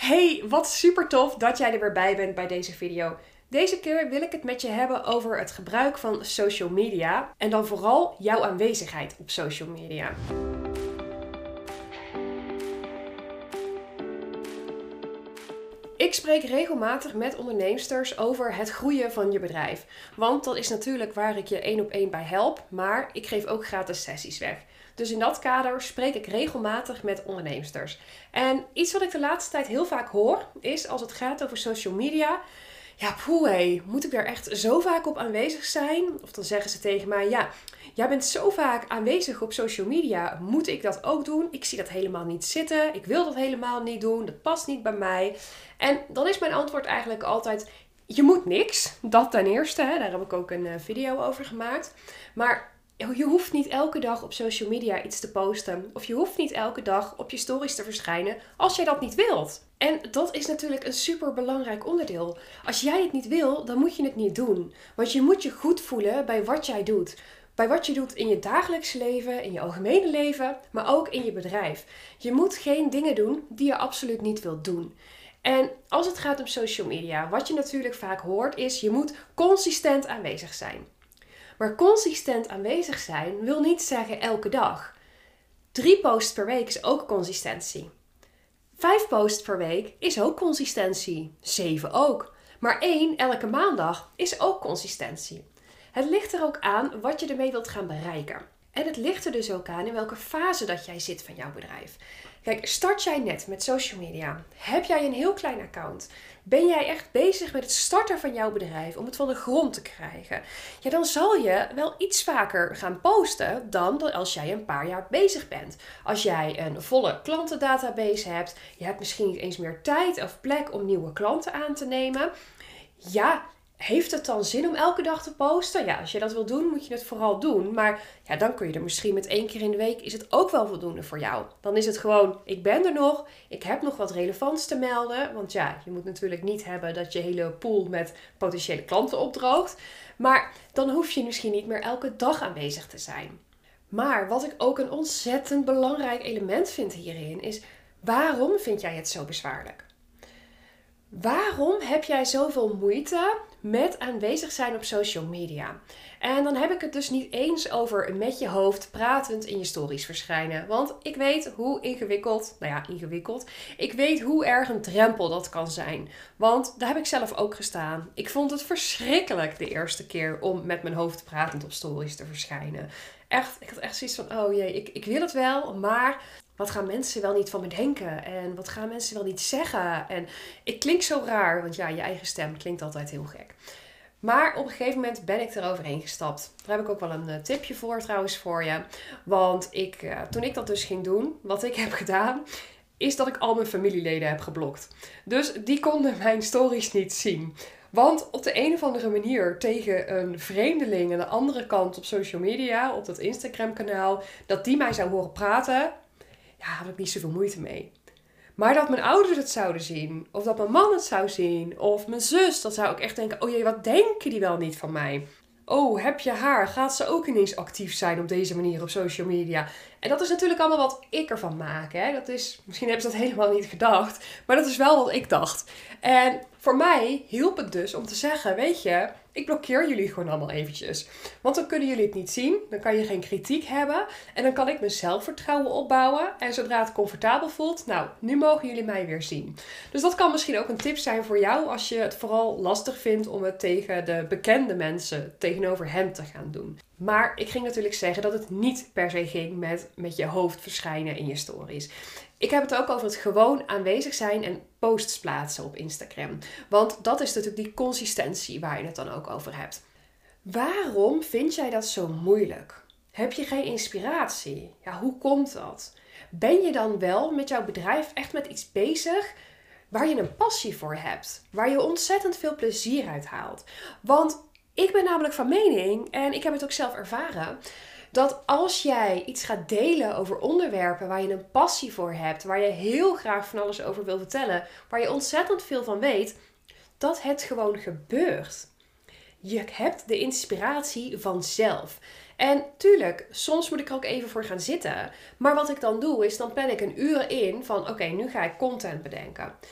Hey, wat super tof dat jij er weer bij bent bij deze video. Deze keer wil ik het met je hebben over het gebruik van social media en dan vooral jouw aanwezigheid op social media. Ik spreek regelmatig met onderneemsters over het groeien van je bedrijf. Want dat is natuurlijk waar ik je 1-op-1 bij help, maar ik geef ook gratis sessies weg. Dus in dat kader spreek ik regelmatig met onderneemsters. En iets wat ik de laatste tijd heel vaak hoor, is als het gaat over social media. Ja, moet ik daar echt zo vaak op aanwezig zijn? Of dan zeggen ze tegen mij, ja, jij bent zo vaak aanwezig op social media. Moet ik dat ook doen? Ik zie dat helemaal niet zitten. Ik wil dat helemaal niet doen. Dat past niet bij mij. En dan is mijn antwoord eigenlijk altijd, je moet niks. Dat ten eerste, hè. Daar heb ik ook een video over gemaakt. Maar je hoeft niet elke dag op social media iets te posten. Of je hoeft niet elke dag op je stories te verschijnen als jij dat niet wilt. En dat is natuurlijk een super belangrijk onderdeel. Als jij het niet wil, dan moet je het niet doen. Want je moet je goed voelen bij wat jij doet. Bij wat je doet in je dagelijks leven, in je algemene leven, maar ook in je bedrijf. Je moet geen dingen doen die je absoluut niet wilt doen. En als het gaat om social media, wat je natuurlijk vaak hoort is, je moet consistent aanwezig zijn. Maar consistent aanwezig zijn wil niet zeggen elke dag. 3 posts per week is ook consistentie. 5 posts per week is ook consistentie. 7 ook. Maar 1 elke maandag is ook consistentie. Het ligt er ook aan wat je ermee wilt gaan bereiken. En het ligt er dus ook aan in welke fase dat jij zit van jouw bedrijf. Kijk, start jij net met social media? Heb jij een heel klein account? Ben jij echt bezig met het starten van jouw bedrijf om het van de grond te krijgen? Ja, dan zal je wel iets vaker gaan posten dan als jij een paar jaar bezig bent. Als jij een volle klantendatabase hebt, je hebt misschien niet eens meer tijd of plek om nieuwe klanten aan te nemen. Ja, heeft het dan zin om elke dag te posten? Ja, als je dat wil doen, moet je het vooral doen. Maar ja, dan kun je er misschien met 1 keer in de week, is het ook wel voldoende voor jou. Dan is het gewoon, ik ben er nog, ik heb nog wat relevants te melden. Want ja, je moet natuurlijk niet hebben dat je hele pool met potentiële klanten opdroogt. Maar dan hoef je misschien niet meer elke dag aanwezig te zijn. Maar wat ik ook een ontzettend belangrijk element vind hierin is, waarom vind jij het zo bezwaarlijk? Waarom heb jij zoveel moeite met aanwezig zijn op social media? En dan heb ik het dus niet eens over met je hoofd pratend in je stories verschijnen. Want ik weet hoe ingewikkeld. Ik weet hoe erg een drempel dat kan zijn. Want daar heb ik zelf ook gestaan. Ik vond het verschrikkelijk de eerste keer om met mijn hoofd pratend op stories te verschijnen. Echt, ik had echt zoiets van, oh jee, ik wil het wel, maar wat gaan mensen wel niet van me denken? En wat gaan mensen wel niet zeggen? En ik klink zo raar, want ja, je eigen stem klinkt altijd heel gek. Maar op een gegeven moment ben ik eroverheen gestapt. Daar heb ik ook wel een tipje voor trouwens voor je. Want toen ik dat dus ging doen, wat ik heb gedaan, is dat ik al mijn familieleden heb geblokt. Dus die konden mijn stories niet zien. Want op de een of andere manier tegen een vreemdeling aan de andere kant op social media, op dat Instagram kanaal, dat die mij zou horen praten, ja, had ik niet zoveel moeite mee. Maar dat mijn ouders het zouden zien, of dat mijn man het zou zien, of mijn zus, dan zou ik echt denken, oh jee, wat denken die wel niet van mij? Oh, heb je haar? Gaat ze ook ineens actief zijn op deze manier op social media? En dat is natuurlijk allemaal wat ik ervan maak. Hè? Misschien hebben ze dat helemaal niet gedacht, maar dat is wel wat ik dacht. En voor mij hielp het dus om te zeggen, weet je, ik blokkeer jullie gewoon allemaal eventjes. Want dan kunnen jullie het niet zien, dan kan je geen kritiek hebben en dan kan ik mijn zelfvertrouwen opbouwen. En zodra het comfortabel voelt, nou, nu mogen jullie mij weer zien. Dus dat kan misschien ook een tip zijn voor jou als je het vooral lastig vindt om het tegen de bekende mensen, tegenover hen te gaan doen. Maar ik ging natuurlijk zeggen dat het niet per se ging met je hoofd verschijnen in je stories. Ik heb het ook over het gewoon aanwezig zijn en posts plaatsen op Instagram. Want dat is natuurlijk die consistentie waar je het dan ook over hebt. Waarom vind jij dat zo moeilijk? Heb je geen inspiratie? Ja, hoe komt dat? Ben je dan wel met jouw bedrijf echt met iets bezig waar je een passie voor hebt? Waar je ontzettend veel plezier uit haalt? Want ik ben namelijk van mening, en ik heb het ook zelf ervaren, dat als jij iets gaat delen over onderwerpen waar je een passie voor hebt, waar je heel graag van alles over wil vertellen, waar je ontzettend veel van weet, dat het gewoon gebeurt. Je hebt de inspiratie vanzelf. En tuurlijk, soms moet ik er ook even voor gaan zitten. Maar wat ik dan doe, is dan plan ik een uur in van oké, nu ga ik content bedenken.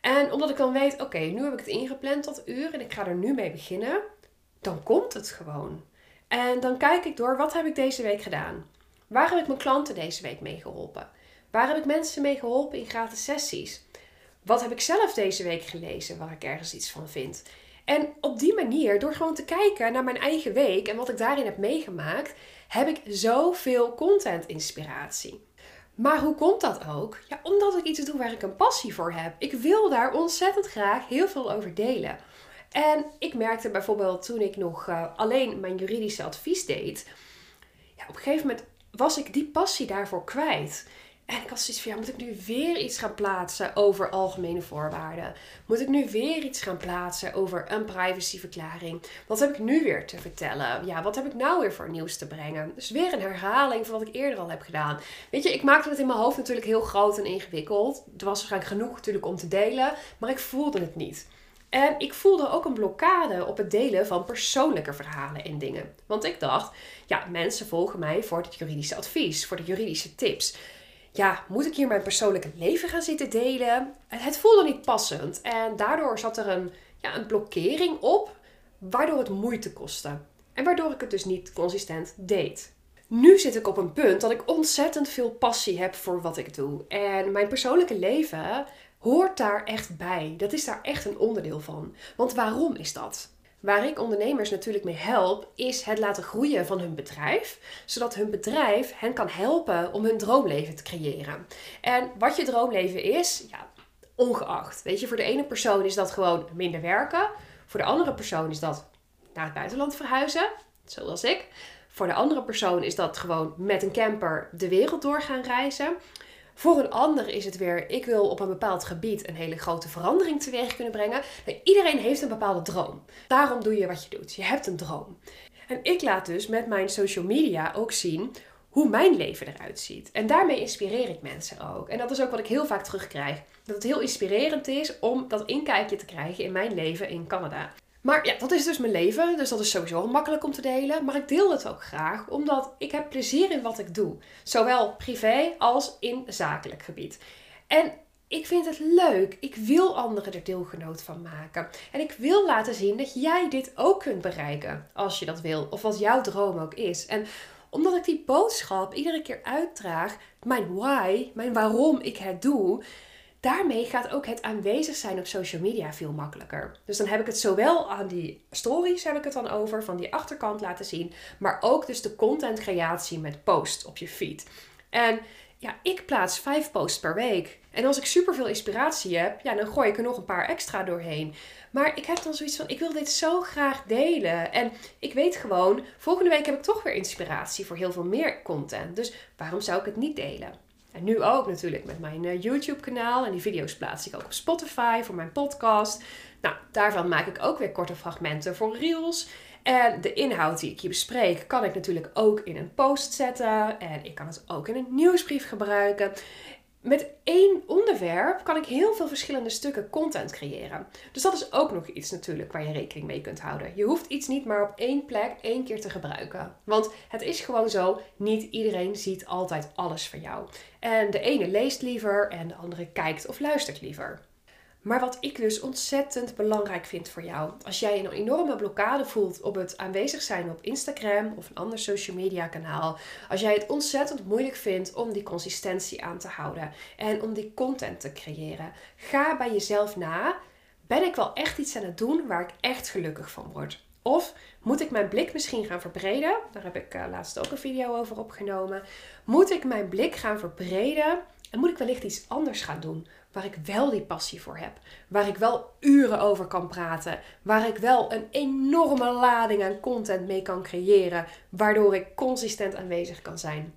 En omdat ik dan weet, oké, nu heb ik het ingepland dat uur en ik ga er nu mee beginnen, dan komt het gewoon. En dan kijk ik door, wat heb ik deze week gedaan? Waar heb ik mijn klanten deze week mee geholpen? Waar heb ik mensen mee geholpen in gratis sessies? Wat heb ik zelf deze week gelezen waar ik ergens iets van vind? En op die manier, door gewoon te kijken naar mijn eigen week en wat ik daarin heb meegemaakt, heb ik zoveel content-inspiratie. Maar hoe komt dat ook? Ja, omdat ik iets doe waar ik een passie voor heb. Ik wil daar ontzettend graag heel veel over delen. En ik merkte bijvoorbeeld toen ik nog alleen mijn juridische advies deed. Ja, op een gegeven moment was ik die passie daarvoor kwijt. En ik had zoiets van, ja, moet ik nu weer iets gaan plaatsen over algemene voorwaarden? Moet ik nu weer iets gaan plaatsen over een privacyverklaring? Wat heb ik nu weer te vertellen? Ja, wat heb ik nou weer voor nieuws te brengen? Dus weer een herhaling van wat ik eerder al heb gedaan. Weet je, ik maakte het in mijn hoofd natuurlijk heel groot en ingewikkeld. Er was waarschijnlijk genoeg natuurlijk om te delen, maar ik voelde het niet. En ik voelde ook een blokkade op het delen van persoonlijke verhalen en dingen. Want ik dacht, ja, mensen volgen mij voor het juridische advies, voor de juridische tips. Ja, moet ik hier mijn persoonlijke leven gaan zitten delen? Het voelde niet passend. En daardoor zat er een blokkering op, waardoor het moeite kostte. En waardoor ik het dus niet consistent deed. Nu zit ik op een punt dat ik ontzettend veel passie heb voor wat ik doe. En mijn persoonlijke leven hoort daar echt bij. Dat is daar echt een onderdeel van. Want waarom is dat? Waar ik ondernemers natuurlijk mee help, is het laten groeien van hun bedrijf. Zodat hun bedrijf hen kan helpen om hun droomleven te creëren. En wat je droomleven is, ja, ongeacht. Weet je, voor de ene persoon is dat gewoon minder werken. Voor de andere persoon is dat naar het buitenland verhuizen, zoals ik. Voor de andere persoon is dat gewoon met een camper de wereld door gaan reizen. Voor een ander is het weer, ik wil op een bepaald gebied een hele grote verandering teweeg kunnen brengen. Nou, iedereen heeft een bepaalde droom. Daarom doe je wat je doet. Je hebt een droom. En ik laat dus met mijn social media ook zien hoe mijn leven eruit ziet. En daarmee inspireer ik mensen ook. En dat is ook wat ik heel vaak terugkrijg. Dat het heel inspirerend is om dat inkijkje te krijgen in mijn leven in Canada. Maar ja, dat is dus mijn leven. Dus dat is sowieso makkelijk om te delen. Maar ik deel het ook graag, omdat ik heb plezier in wat ik doe. Zowel privé als in zakelijk gebied. En ik vind het leuk. Ik wil anderen er deelgenoot van maken. En ik wil laten zien dat jij dit ook kunt bereiken. Als je dat wil. Of wat jouw droom ook is. En omdat ik die boodschap iedere keer uitdraag. Mijn why. Mijn waarom ik het doe. Daarmee gaat ook het aanwezig zijn op social media veel makkelijker. Dus dan heb ik het zowel aan die stories heb ik het dan over, van die achterkant laten zien. Maar ook dus de content creatie met post op je feed. En ja, ik plaats 5 posts per week. En als ik superveel inspiratie heb, ja, dan gooi ik er nog een paar extra doorheen. Maar ik heb dan zoiets van, ik wil dit zo graag delen. En ik weet gewoon, volgende week heb ik toch weer inspiratie voor heel veel meer content. Dus waarom zou ik het niet delen? En nu ook natuurlijk met mijn YouTube kanaal. En die video's plaats ik ook op Spotify voor mijn podcast. Nou, daarvan maak ik ook weer korte fragmenten voor Reels. En de inhoud die ik hier bespreek kan ik natuurlijk ook in een post zetten. En ik kan het ook in een nieuwsbrief gebruiken. Met één onderwerp kan ik heel veel verschillende stukken content creëren. Dus dat is ook nog iets natuurlijk waar je rekening mee kunt houden. Je hoeft iets niet maar op één plek 1 keer te gebruiken. Want het is gewoon zo, niet iedereen ziet altijd alles van jou. En de ene leest liever en de andere kijkt of luistert liever. Maar wat ik dus ontzettend belangrijk vind voor jou, als jij een enorme blokkade voelt op het aanwezig zijn op Instagram of een ander social media kanaal, als jij het ontzettend moeilijk vindt om die consistentie aan te houden en om die content te creëren, ga bij jezelf na, ben ik wel echt iets aan het doen waar ik echt gelukkig van word? Of moet ik mijn blik misschien gaan verbreden? Daar heb ik laatst ook een video over opgenomen. Moet ik mijn blik gaan verbreden en moet ik wellicht iets anders gaan doen? Waar ik wel die passie voor heb. Waar ik wel uren over kan praten. Waar ik wel een enorme lading aan content mee kan creëren. Waardoor ik consistent aanwezig kan zijn.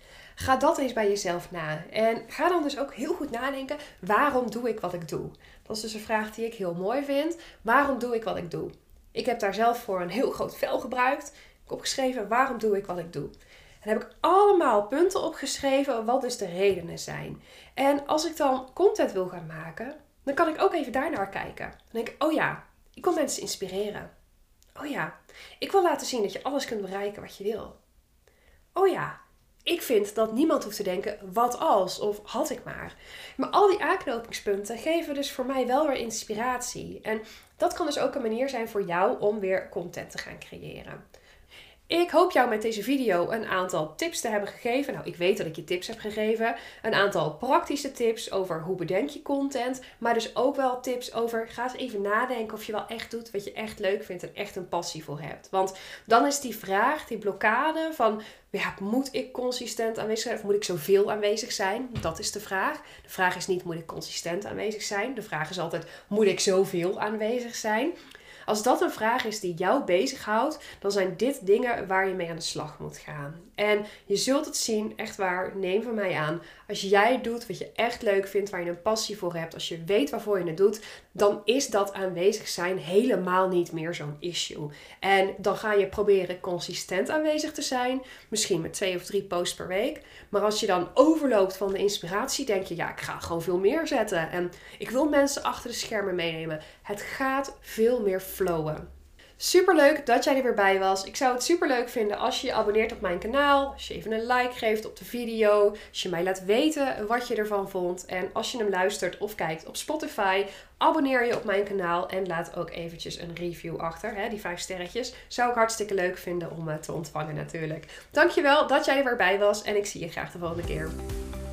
Ga dat eens bij jezelf na. En ga dan dus ook heel goed nadenken. Waarom doe ik wat ik doe? Dat is dus een vraag die ik heel mooi vind. Waarom doe ik wat ik doe? Ik heb daar zelf voor een heel groot vel gebruikt. Ik heb opgeschreven waarom doe ik wat ik doe. En heb ik allemaal punten opgeschreven wat dus de redenen zijn. En als ik dan content wil gaan maken, dan kan ik ook even daarnaar kijken. Dan denk ik, oh ja, ik wil mensen inspireren. Oh ja, ik wil laten zien dat je alles kunt bereiken wat je wil. Oh ja, Ik vind dat niemand hoeft te denken, wat als? Of had ik maar. Maar al die aanknopingspunten geven dus voor mij wel weer inspiratie. En dat kan dus ook een manier zijn voor jou om weer content te gaan creëren. Ik hoop jou met deze video een aantal tips te hebben gegeven. Nou, ik weet dat ik je tips heb gegeven. Een aantal praktische tips over hoe bedenk je content. Maar dus ook wel tips over, ga eens even nadenken of je wel echt doet wat je echt leuk vindt en echt een passie voor hebt. Want dan is die vraag, die blokkade van, ja, moet ik consistent aanwezig zijn of moet ik zoveel aanwezig zijn? Dat is de vraag. De vraag is niet, moet ik consistent aanwezig zijn? De vraag is altijd, moet ik zoveel aanwezig zijn? Als dat een vraag is die jou bezighoudt, dan zijn dit dingen waar je mee aan de slag moet gaan. En je zult het zien, echt waar, neem van mij aan. Als jij doet wat je echt leuk vindt, waar je een passie voor hebt, als je weet waarvoor je het doet, dan is dat aanwezig zijn helemaal niet meer zo'n issue. En dan ga je proberen consistent aanwezig te zijn, misschien met 2 of 3 posts per week. Maar als je dan overloopt van de inspiratie, denk je, ja, ik ga gewoon veel meer zetten. En ik wil mensen achter de schermen meenemen. Het gaat veel meer flowen. Superleuk dat jij er weer bij was. Ik zou het superleuk vinden als je je abonneert op mijn kanaal. Als je even een like geeft op de video. Als je mij laat weten wat je ervan vond. En als je hem luistert of kijkt op Spotify, abonneer je op mijn kanaal. En laat ook eventjes een review achter. Hè, die 5 sterretjes. Zou ik hartstikke leuk vinden om te ontvangen natuurlijk. Dankjewel dat jij er weer bij was. En ik zie je graag de volgende keer.